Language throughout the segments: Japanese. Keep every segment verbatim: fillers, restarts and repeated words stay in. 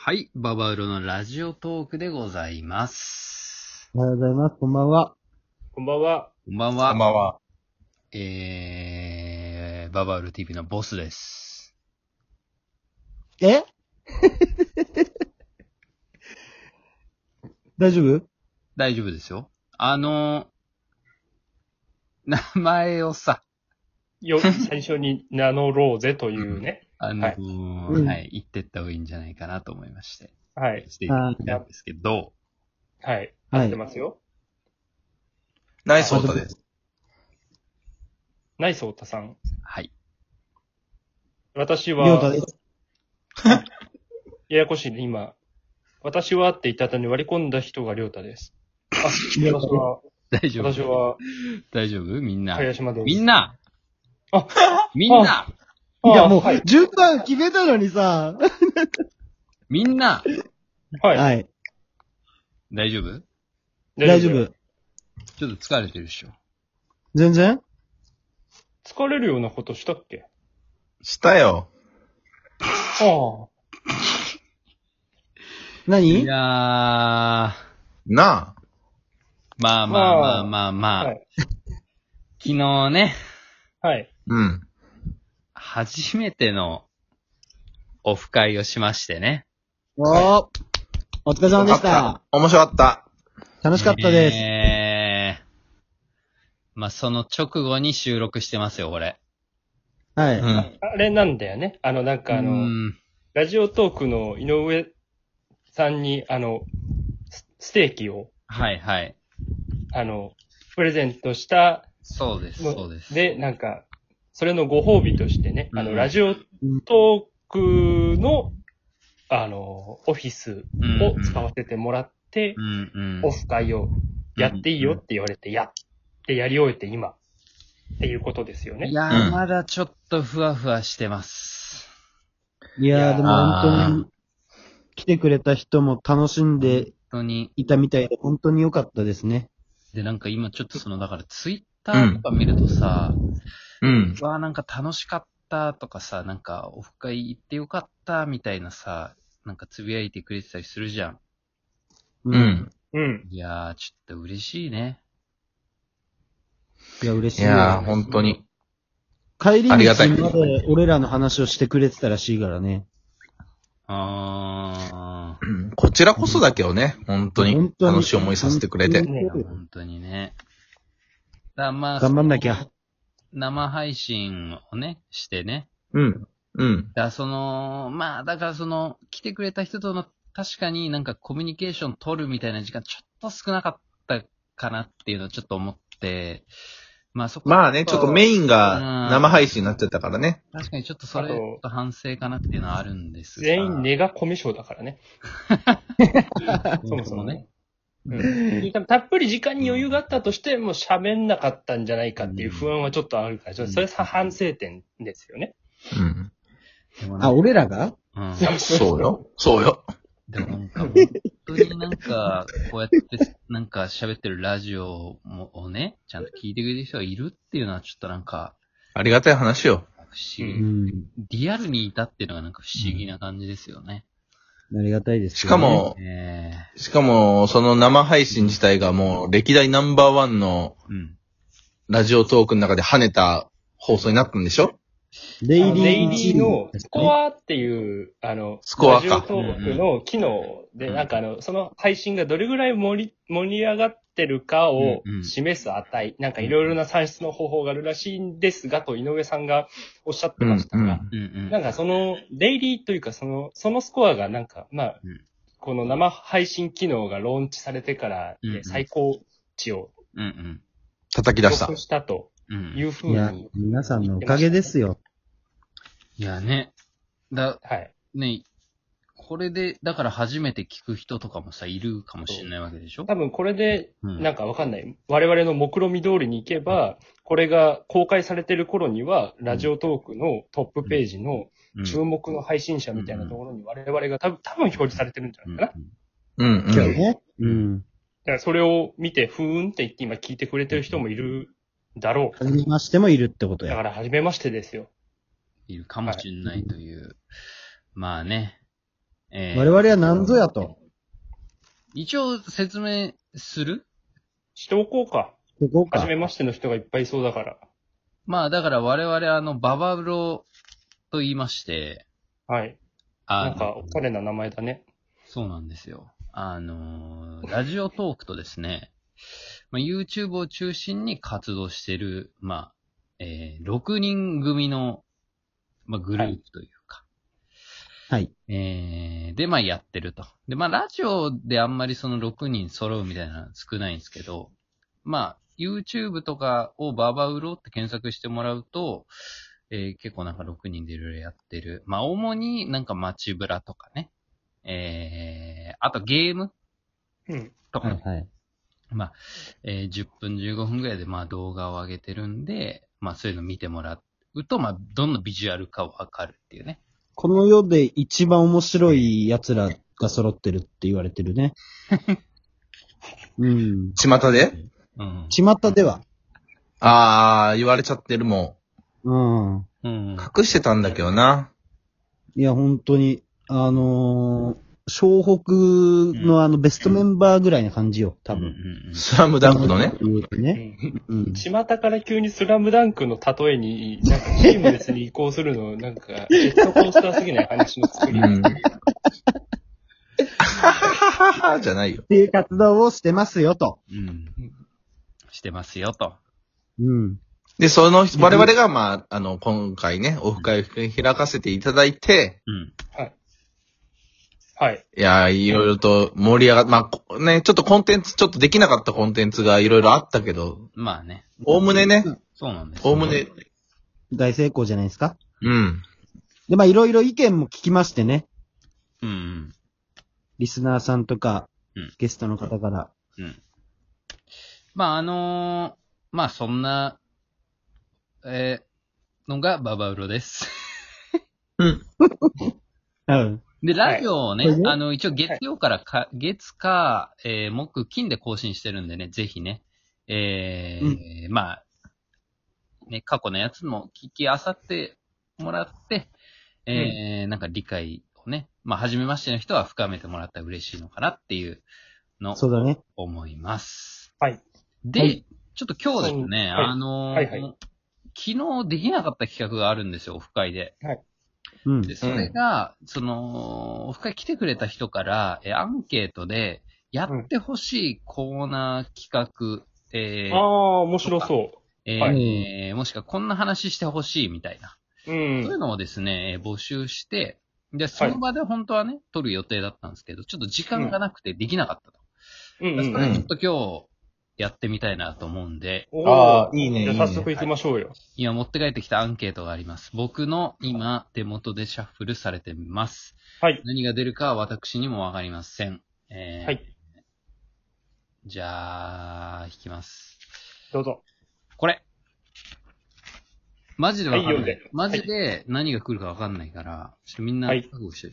はい、ババウロのラジオトークでございます。 おはようございます。こんばんは。 こんばんは。 こんばんは。 こんばんは。 えー、ババウロ ティーブイ のボスです。 え大丈夫？ 大丈夫ですよ。あのー、名前をさ、 よ、最初に名乗ろうぜというね。 あのー、 はいはい、言ってった方がいいんじゃないかなと思いまして、 はい。 していたんですけど、 はい。 はい合ってますよ。 ナイスオータです。 ナイスオタさん。 はい。 私りょうたは、 です。 ややこしいね、今。私はって言った後に割り込んだ人がりょうたです。あ、 りょうた私は、 大丈夫私は、 大丈夫みんな。 林島です。 みんなあ、 みんないや、もう、 はい。 順番決めたのにさ。 みんなはい。 はい。 大丈夫大丈夫。 ちょっと疲れてるでしょ。 全然疲れるようなことしたっけ？ したよ。 あ何いやー、まあなまあまあまあまあ、 はい。 昨日ね、 あ。はい。 あ。うん。 初めてのオフ会をしましてね。 おー。お疲れ様でしあったた。 面白かった。 楽しかったです。 えー、まあその直後に収録してますよ、これ。 はい。 うん。 あれなんだよね。あの、なんかあうの、 んラジオトークの井上さんに、あの、スステーキを、 はいはい。 あの、プレゼントしたそうです、 のそうです。 で、なんか、それのご褒美としてね、あの、 うんラジオトークの、あの、オフィスを使わせてもらって、 うんうん。 オフ会をやっていいよって言われて、やってやり終えて今、っていうことですよね。 いやー、 うんまだちょっとふわふわしてます。 いやー、でもあー本当に、来てくれた人も楽しんで本当に。 いたみたいで、本当に良かったですね。 で、なんか今ちょっとその、だからツイッターとか見るとさ、 うん。 うわーなんか楽しかったとかさ、なんかオフ会行ってよかったみたいなさ、なんかつぶやいてくれてたりするじゃん。 うう。ん。 うん。 いやー、ちょっと嬉しいね。 いや、嬉しいよ。 いやー、ほんとに。 帰り道ありがたいまで俺らの話をしてくれてたらしいからね。 あうんこちらこそだけどね、ほんとに本。当に楽しい思いさせてくれて。 本ー、 当に本当にね。だからまあ、 頑張んなきゃ。 生配信をね、してね。 うん。うん。 だからその、まあ、だからその、来てくれた人との、確かになんかコミュニケーション取るみたいな時間ちょっと少なかったかなっていうのをちょっと思って、まあそこまあね、ちょっとメインうんが生配信になっちゃったからね。 確かにちょっとそれ、 あとちょっと反省かなっていうのはあるんですが。 全員ネガコミュ障だからね。 そもそもね。 うんたっぷり時間に余裕があったとしても喋んなかったんじゃないかっていう不安はちょっとあるから、ちょっとそれは反省点ですよね。 うん。 でもあ、俺らがうん。 そうよ。そうよ。 でもなんか、本当になんか、こうやって、なんか喋ってるラジオもをね、ちゃんと聞いてくれる人がいるっていうのはちょっとなんか、 ありがたい話よ。 不思議。 うん。 リアルにいたっていうのがなんか不思議な感じですよね。 ありがたいです、ね。 しか、も、 えしかも、その生配信自体がもう歴代ナンバーワンのえうん。 ラジオトークの中で跳ねた放送になったんでしょ？ デイリー、 デイリーのスコアっていう、あの、 スコアかラジオトークの機能で、 うんなんかあの、その配信がどれぐらい盛り、盛り上がってるかをうんうん示す値、なんかいろいろな算出の方法があるらしいんですが、と井上さんがおっしゃってましたが、 うんうんうん。 なんかその、デイリーというかその、そのスコアがなんか、まあ、 うんこの生配信機能がローンチされてからうんうんで最高値をうんうん。 叩き出した記録。したとうん。 いうふういやに、、 皆さんのおかげですよ。 いやね。だ、 はい。 ね、これで、だから初めて聞く人とかもさ、いるかもしれないわけでしょ多分これで、 うんなんかわかんない。我々の目論見通りに行けば、これが公開されてる頃には、ラジオトークのトップページのうん注目の配信者みたいなところに我々が多分、多分表示されてるんじゃないかな。だかうんうん。 今日ね。うん。 らそれを見て、ふーんって言って今聞いてくれてる人もいるだろはじめましてもいるってことう。だかや。 ら、初めましてですよ。 いるかもしれないという。まあね。 えー我々は何ぞやと。 一応説明する？ しておこうか。 ここか初。めましての人がいっぱいいそうだから。 まあだから我々あの、ババブロと言いまして、 はい。 あのなんか、おしゃれな名前だね。 そうなんですよ。あのー、ラジオトークとですね、まあ、YouTube を中心に活動している、まあ、えー、ろくにん組の、まあ、グループというか、 はい。 えー、で、まあ、やってると。で、まあ、ラジオであんまりそのろくにん揃うみたいなの少ないんですけど、まあ、YouTube とかをババウロって検索してもらうと、えー、結構なんかろくにんでいろいろやってる。まあ、主になんか街ブラとかね、えー、あとゲームうん。 とかね、 はい。 まあ、えーじゅっぷん、じゅうごふんぐらいで、まあ、動画を上げてるんで、まあ、そういうの見てもらうと、まあ、どんなビジュアルかわかるっていうね。 この世で一番面白い奴らが揃ってるって言われてるね。うん。 巷でうん。 巷では。 あー、言われちゃってるもうん。 うん。 ん。隠してたんだけどな。 いや、本当に、あのー、湘北のあのベストメンバーぐらいな感じよ、多うんうん分。 うん。 スラムダンクのね。 言うとうね。 ん。 うん。 巷から急にスラムダンクの例えに、なんかチームレスに移行するの、なんか、ジェットコースターすぎない話の作り。 うん。はははははじゃないよ。 っていう活動をしてますよ、と。 うん。してますよ、と。 うん。 で、その、我々が、まあ、あの、今回ね、オフ会を開かせていただいて、 うん。 はい。はい。 いやー、いろいろと盛り上がっ、まあこ、ね、ちょっとコンテンツ、ちょっとできなかったコンテンツがいろいろあったけど、 まあね。 おおむねね、 そうなんですよ。 おおむね、 大成功じゃないですか。 うん。 で、まあ、いろいろ意見も聞きましてね。 うんうん。 リスナーさんとかうん、 ゲストの方から。 うん。まあ、あのー、まあ、そんな、えー、のがババウロです。 うん。 うん。 で、ラジオをね、 はいあの、一応月曜からか、月か、えー、木、金で更新してるんでね、ぜひね、えー、まあ、ね、過去のやつも聞きあさってもらって、えー、なんか理解をね、まあ、初めましての人は深めてもらったら嬉しいのかなっていうのそうだね。 を思います。 はい。 で、 はいちょっと今日ですね、 はいあのーはいはい昨日できなかった企画があるんですよ、オフ会で。 うん。 で、それが、その、オフ会来てくれた人から、え、アンケートで、やってほしいコーナー企画、えーああ、面白そえーはもしくはこんな話してほしいみたいな。 う。うん。 そういうのをですね、えー募集して、で、その場で本当はね、撮る予定だったんですけど、ちょっと時間がなくてできなかったと。 うんうんそれちょっと今日、やってみたいなと思うんで、 おあーいいねじゃあいいね早速行きましょうよ。 今持って帰ってきたアンケートがあります。僕の今、手元でシャッフルされてみます。 はい。 何が出るかは私にもわかりません。えーはい。 じゃあ、引きます。 どうぞ。 これ。マジでわかんない。 はい読んでマジで何が来るかわかんないから、ちょっとみんなはい覚悟してる。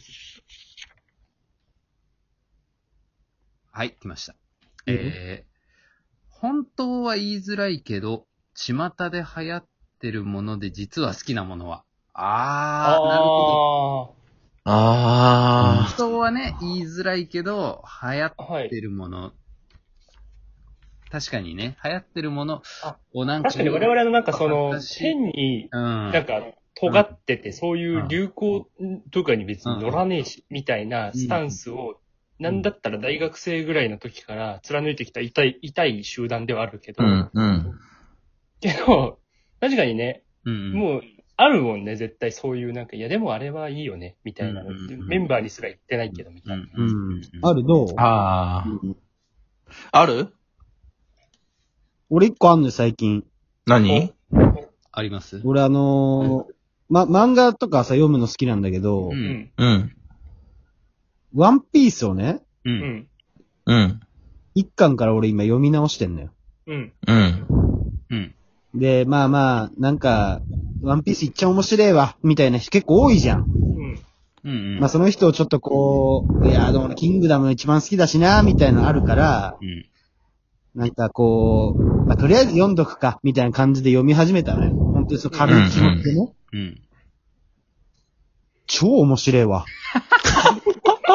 はい、来ました。 うんえー、本当は言いづらいけど、巷で流行ってるもので実は好きなものは。あー、なるほど。 あ本当はね、言いづらいけど、流行っああ。はいて。るもの。確かにね、流行ってるものあをなんか。 確かに我々のなんかその、 私変に、 うん。 なんか、尖ってて、そういう流行とかに別に乗らねえし、みたいなスタンスを、なんだったら大学生ぐらいの時から貫いてきた痛い、痛い集団ではあるけど、 うん、うん。 けど、確かにね、 うんうん、 もう、あるもんね、絶対そういうなんか、いやでもあれはいいよね、みたいなの、 うんうんうんメンバーにすら言ってないけど、みたいな。 ううんうん。 あるどうあうんー。ある俺一個あんのよ、最近。 何あります俺あのー、ま、漫画とかさ、読むの好きなんだけど、 ううんん。 うん。 ワンピースをね、 う。 うんん。 うん。 一巻から俺今読み直してんのよ。 うん。 うん。 うん。 で、まあまあ、なんか、ワンピースいっちゃ面白いわ、みたいな人結構多いじゃん。 うん。 うんうん。 まあその人をちょっとこう、いや、でも俺キングダム一番好きだしな、みたいなのあるから、 うん。 なんかこう、まあとりあえず読んどくか、みたいな感じで読み始めたのよ。本当にそう軽い気持ちでね。 うん。 超面白いわ。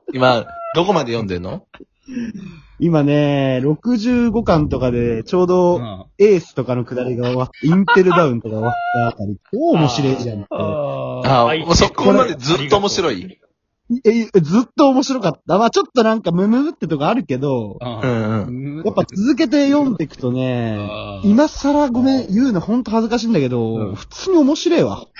今、どこまで読んでんの？ 今ね、ろくじゅうごかんとかで、ちょううど、 ん。 エースとかの下りが終わって、インテルダウンとか終わったあたり、超面白いじゃんって。 ああ、もうそこまでずっと面白い。 え、ずっと面白かった。まあちょっとなんかムムムってとこあるけど、 あ。 うんうん。 やっぱ続けて読んでいくとね、 あー今更ごめん、言うのほんと恥ずかしいんだけど、 うん普通に面白いわ。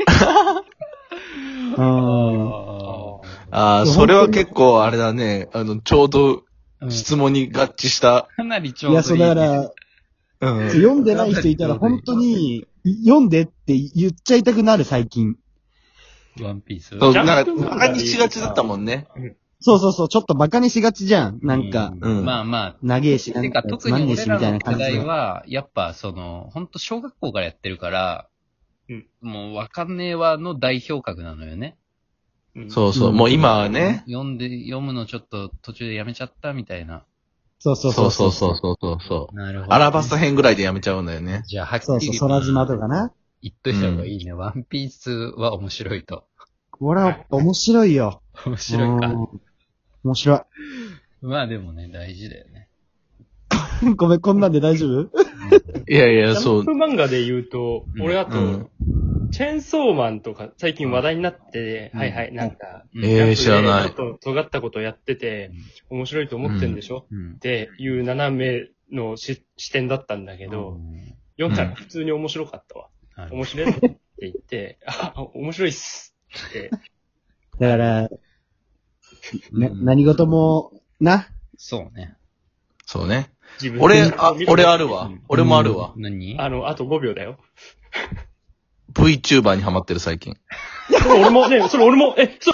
うん。 あああ、それは結構あれだね。あの、ちょうどー質問に合致した。 かなりちょいうや、そうどいい。 だから、 うん。 読んでない人いたら本当に、読んでって言っちゃいたくなる最近。 ワンピース。 そう、 ジャンなんか、 プ漫画バカにしがちだったもんね。 そうそうそう、ちょっとバカにしがちじゃん。なんか、 ううんまあま長えし、 あ。 なんかてか、特につまんねえし、みたい俺らの世な感じで。 代は、やっぱその、ほんと小学校からやってるから、 うんもうわかんねえわの代表格なのよね。 うんそうそう。 うんもう今はね。 読んで、読むのちょっと途中でやめちゃったみたいな。 そうそうそそううそうそうそうそう。 なるほど。 アラバス編ぐらいでやめちゃうんだよね。 じゃあ、はっきりそうそう、空島とかな。 言っといた方がいいね。ワンピースは面白いと。 これは面白いよ。 面白いか。 うん面白い。 まあでもね、大事だよね。 ごめん、こんなんで大丈夫いやいや、そうジャンプ。漫画で言うと、 うん俺あと、 うんチェーンソーマンとか最近話題になって、 うんはいはい、なんか、 うんえー知らないちょっと尖ったことやってて、面白いと思ってんでしょ、 うんっていう斜めのし視点だったんだけど、 うん読んだら普通に面白かったわ。 なるほど面白いって言って、あ、面白いっすって。 だから、ねうん何事も、な。 そうね。 そうね。 自分で俺、あ、俺あるわうん。 俺もあるわ。 何あの、あとごびょうだよ。 VTuber にハマってる最近。 それ俺も、ね、それ俺も、え、そ